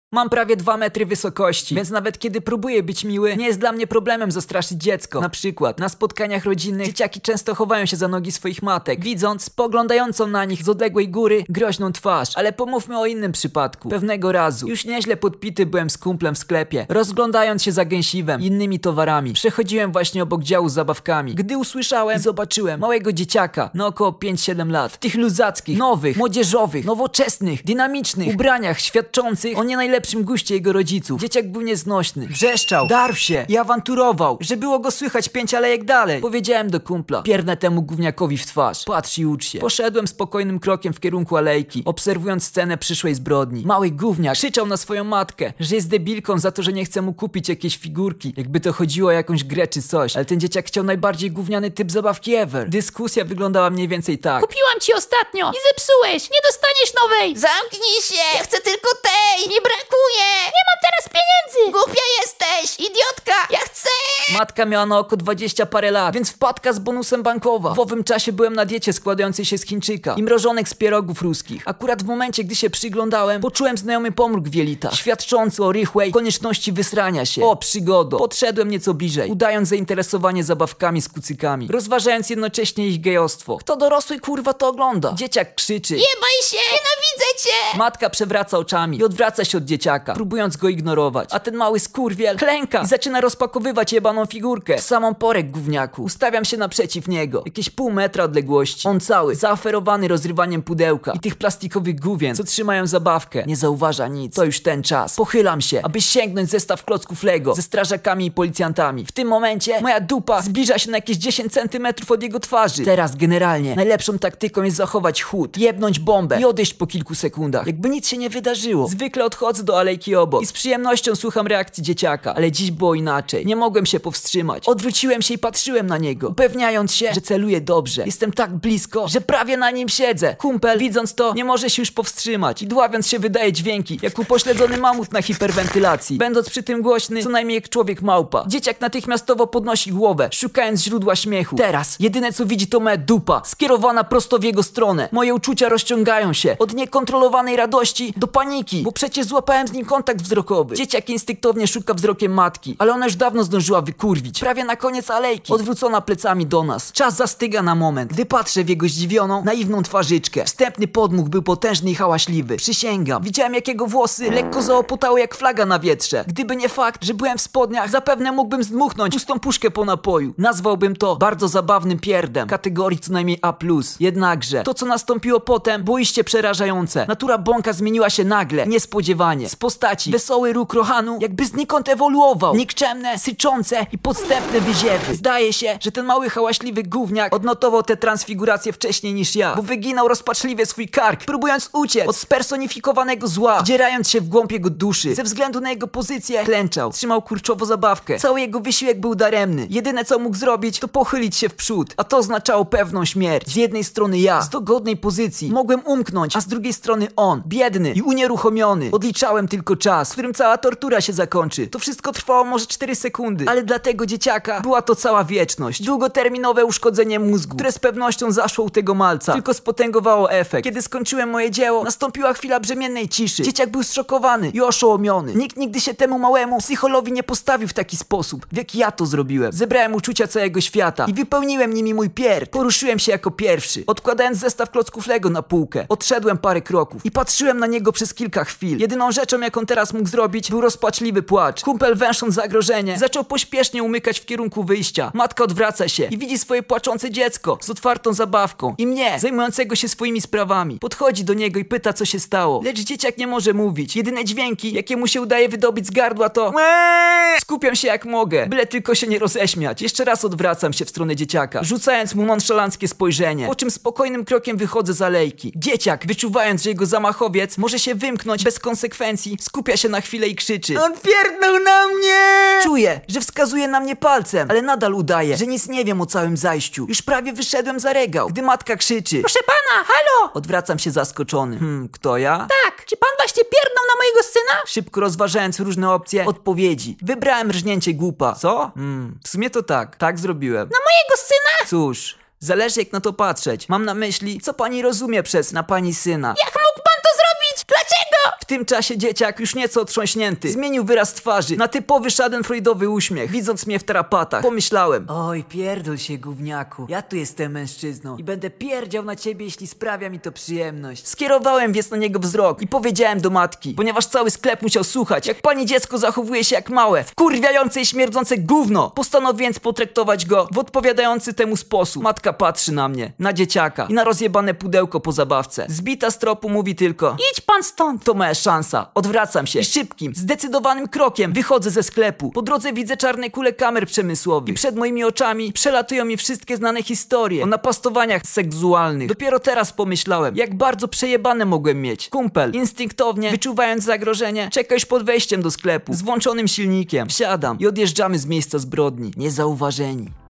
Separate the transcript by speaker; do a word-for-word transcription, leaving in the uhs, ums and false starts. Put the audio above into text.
Speaker 1: Mam prawie dwa metry wysokości, więc nawet kiedy próbuję być miły, nie jest dla mnie problemem zastraszyć dziecko. Na przykład, na spotkaniach rodzinnych dzieciaki często chowają się za nogi swoich matek, widząc spoglądającą na nich z odległej góry groźną twarz. Ale pomówmy o innym przypadku. Pewnego razu, już nieźle podpity byłem z kumplem w sklepie, rozglądając się za gęsiwem i innymi towarami. Przechodziłem właśnie obok działu z zabawkami, gdy usłyszałem i zobaczyłem małego dzieciaka na około pięć siedem lat. W tych luzackich, nowych, młodzieżowych, nowoczesnych, dynamicznych ubraniach świadczących o nie najlepszym guście jego rodziców. Dzieciak był nieznośny, wrzeszczał, darł się i awanturował, że było go słychać pięć alejek dalej. Powiedziałem do kumpla: piernę temu gówniakowi w twarz. Patrz i ucz się. Poszedłem spokojnym krokiem w kierunku alejki, obserwując scenę przyszłej zbrodni. Mały gówniak krzyczał na swoją matkę, że jest debilką za to, że nie chce mu kupić jakiejś figurki, jakby to chodziło o jakąś grę czy coś. Ale ten dzieciak chciał najbardziej gówniany typ zabawki ever. Dyskusja wyglądała mniej więcej tak:
Speaker 2: kupiłam ci ostatnio i zepsułeś, nie dostaniesz nowej.
Speaker 3: Zamknij się, ja chcę tylko tej, mi brakuje.
Speaker 2: Nie mam teraz pieniędzy.
Speaker 3: Głupia jesteś, idiotka, ja chcę.
Speaker 1: Matka miała na oko dwadzieścia parę lat, więc wpadka z bonusem bankowa. W owym czasie byłem na diecie składającej się z Chińczyka i mrożonek z pierogów ruskich. Akurat w momencie, gdy się przyglądałem, poczułem znajomy pomruk w jelitach, świadczący o rychłej konieczności wysrania się. O, przygodo! Podszedłem nieco bliżej, udając zainteresowanie zabawkami z kucykami, rozważając jednocześnie ich gejostwo. Kto dorosły kurwa to ogląda? Dzieciak krzyczy:
Speaker 3: Jebaj się, nienawidzę cię.
Speaker 1: Matka przewraca oczami i odwraca się od dzieciaka, próbując go ignorować. A ten mały skurwiel klęka i zaczyna rozpakowywać jebaną figurkę w samą porę gówniaku. Ustawiam się naprzeciw niego, jakieś pół metra odległości. On cały, zaaferowany rozrywaniem pudełka i tych plastikowych główien, co trzymają zabawkę. Nie zauważa nic. To już ten czas. Pochylam się, aby sięgnąć zestaw klocków Lego ze strażakami i policjantami. W tym momencie moja dupa zbliża się na jakieś dziesięć centymetrów od jego twarzy. Teraz generalnie najlepszą taktyką jest zachować chłód, jebnąć bombę i odejść po kilku sekundach, jakby nic się nie wydarzyło. Zwykle odchodzę do alejki obok i z przyjemnością słucham reakcji dzieciaka, ale dziś było inaczej. Nie mogłem się powstrzymać. Odwróciłem się i patrzyłem na niego, upewniając się, że celuję dobrze. Jestem tak blisko, że prawie na nim siedzę. Kumpel, widząc to, nie może się już powstrzymać i dławiąc się wydaje dźwięki, jak upośledzony mamut na hiperwentylacji, będąc przy tym głośny, co najmniej jak człowiek małpa. Dzieciak natychmiastowo podnosi głowę, szukając źródła śmiechu. Teraz jedyne co widzi to moja dupa, skierowana prosto w jego stronę. Moje uczucia rozciągają się od niekontrolowanej radości do paniki, bo przecież złapałem z nim kontakt wzrokowy. Dzieciak instynktownie szuka wzrokiem matki, ale ona już dawno zdążyła wykurwić. Prawie na koniec alejki, odwrócona plecami do nas. Czas zastyga na moment, gdy patrzę w jego zdziwioną, naiwną twarzyczkę. Wstępny podmuch był potężny i hałaśliwy. Przysięgam, widziałem jak jego włosy lekko zaopotały jak flaga na wietrze. Gdyby nie fakt, że byłem w spodniach, zapewne mógłbym zdmuchnąć pustą puszkę po napoju. Nazwałbym to bardzo zabawnym pierdem, kategorii co najmniej A plus. Jednakże, to co nastąpiło potem było iście przerażające. Natura bąka zmieniła się nagle, niespodziewanie. Z postaci wesoły róg Rohanu jakby znikąd ewoluował. Nikczemne, syczące i podstępne wyziewy. Zdaje się, że ten mały hałaśliwy gówniak odnotował tę transfigurację wcześniej niż ja, bo wyginał rozpaczliwie swój kark, próbując uciec od spersonifikowanego zła, wdzierając się w głąb jego duszy. Ze względu na jego pozycję klęczał, trzymał kurczowo zabawkę. Cały jego wysiłek był daremny. Jedyne co mógł zrobić, to pochylić się w przód, a to oznaczało pewną śmierć. Z jednej strony ja, z dogodnej pozycji, mogłem umknąć, a z drugiej strony on, biedny i unieruchomiony. Odliczałem tylko czas, w którym cała tortura się zakończy. To wszystko trwało może cztery sekundy, ale dla tego dzieciaka była to cała wieczność. Długoterminowe uszkodzenie mózgu, które z pewnością zaszło u tego malca, tylko spotęgowało efekt. Kiedy skończyłem moje dzieło, nastąpiła chwila brzemiennej ciszy. Dzieciak był zszokowany i oszołomiony. Nikt nigdy się temu małemu psycholowi nie postawił w taki sposób, w jaki ja to zrobiłem. Zebrałem uczucia całego świata i wypełniłem nimi mój pierd. Poruszyłem się jako pierwszy, odkładając zestaw klocków Lego na półkę. Odszedłem parę kroków i patrzyłem na niego przez kilka chwil. Jedyną rzeczą, jaką teraz mógł zrobić, był rozpaczliwy płacz. Kumpel, węsząc zagrożenie, zaczął pośpiesznie umykać w kierunku wyjścia. Matka odwraca się i widzi swoje płaczące dziecko z otwartą zabawką i mnie, zajmującego się swoimi sprawami. Podchodzi do niego i pyta, co się stało. Lecz dzieciak nie może mówić. Jedyne dźwięki, jakie mu się udaje wydobyć z gardła, to skupiam się jak mogę, byle tylko się nie roześmiać. Jeszcze raz odwracam się w stronę dzieciaka, rzucając mu nonszalanckie spojrzenie, po czym spokojnym krokiem wychodzę z alejki. Dzieciak, wyczuwając, że jego zamachowiec może się wymknąć bez konsekwencji, skupia się na chwilę i krzyczy:
Speaker 3: On pierdnął na mnie!
Speaker 1: Czuję, że wskazuje na mnie palcem, ale nadal udaje, że nic nie wiem o całym zajściu. Już prawie wyszedłem za regał, gdy matka krzyczy:
Speaker 2: Proszę pana, halo!
Speaker 1: Odwracam się zaskoczony. Hmm, kto ja?
Speaker 2: Tak, czy pan właśnie pierdnął na mojego syna?
Speaker 1: Szybko rozważając różne opcje odpowiedzi, wybrałem rżnięcie głupa. Co? Hmm, w sumie to tak, tak zrobiłem.
Speaker 2: Na mojego syna?
Speaker 1: Cóż, zależy jak na to patrzeć. Mam na myśli, co pani rozumie przez na pani syna.
Speaker 2: Jak mógł pan to zrobić? Dlaczego?
Speaker 1: W tym czasie dzieciak, już nieco otrząśnięty, zmienił wyraz twarzy na typowy schadenfreudowy uśmiech, widząc mnie w tarapatach. Pomyślałem: oj, pierdol się, gówniaku, ja tu jestem mężczyzną i będę pierdział na ciebie, jeśli sprawia mi to przyjemność. Skierowałem więc na niego wzrok i powiedziałem do matki, ponieważ cały sklep musiał słuchać, jak pani dziecko zachowuje się jak małe, wkurwiające i śmierdzące gówno. Postanowiłem więc potraktować go w odpowiadający temu sposób. Matka patrzy na mnie, na dzieciaka i na rozjebane pudełko po zabawce. Zbita z tropu mówi tylko:
Speaker 2: Idź pan stąd.
Speaker 1: to moja szansa. Odwracam się i szybkim, zdecydowanym krokiem wychodzę ze sklepu. Po drodze widzę czarne kule kamer przemysłowych i przed moimi oczami przelatują mi wszystkie znane historie o napastowaniach seksualnych. Dopiero teraz pomyślałem, jak bardzo przejebane mogłem mieć. Kumpel, instynktownie wyczuwając zagrożenie, czeka już pod wejściem do sklepu z włączonym silnikiem. Wsiadam i odjeżdżamy z miejsca zbrodni, niezauważeni.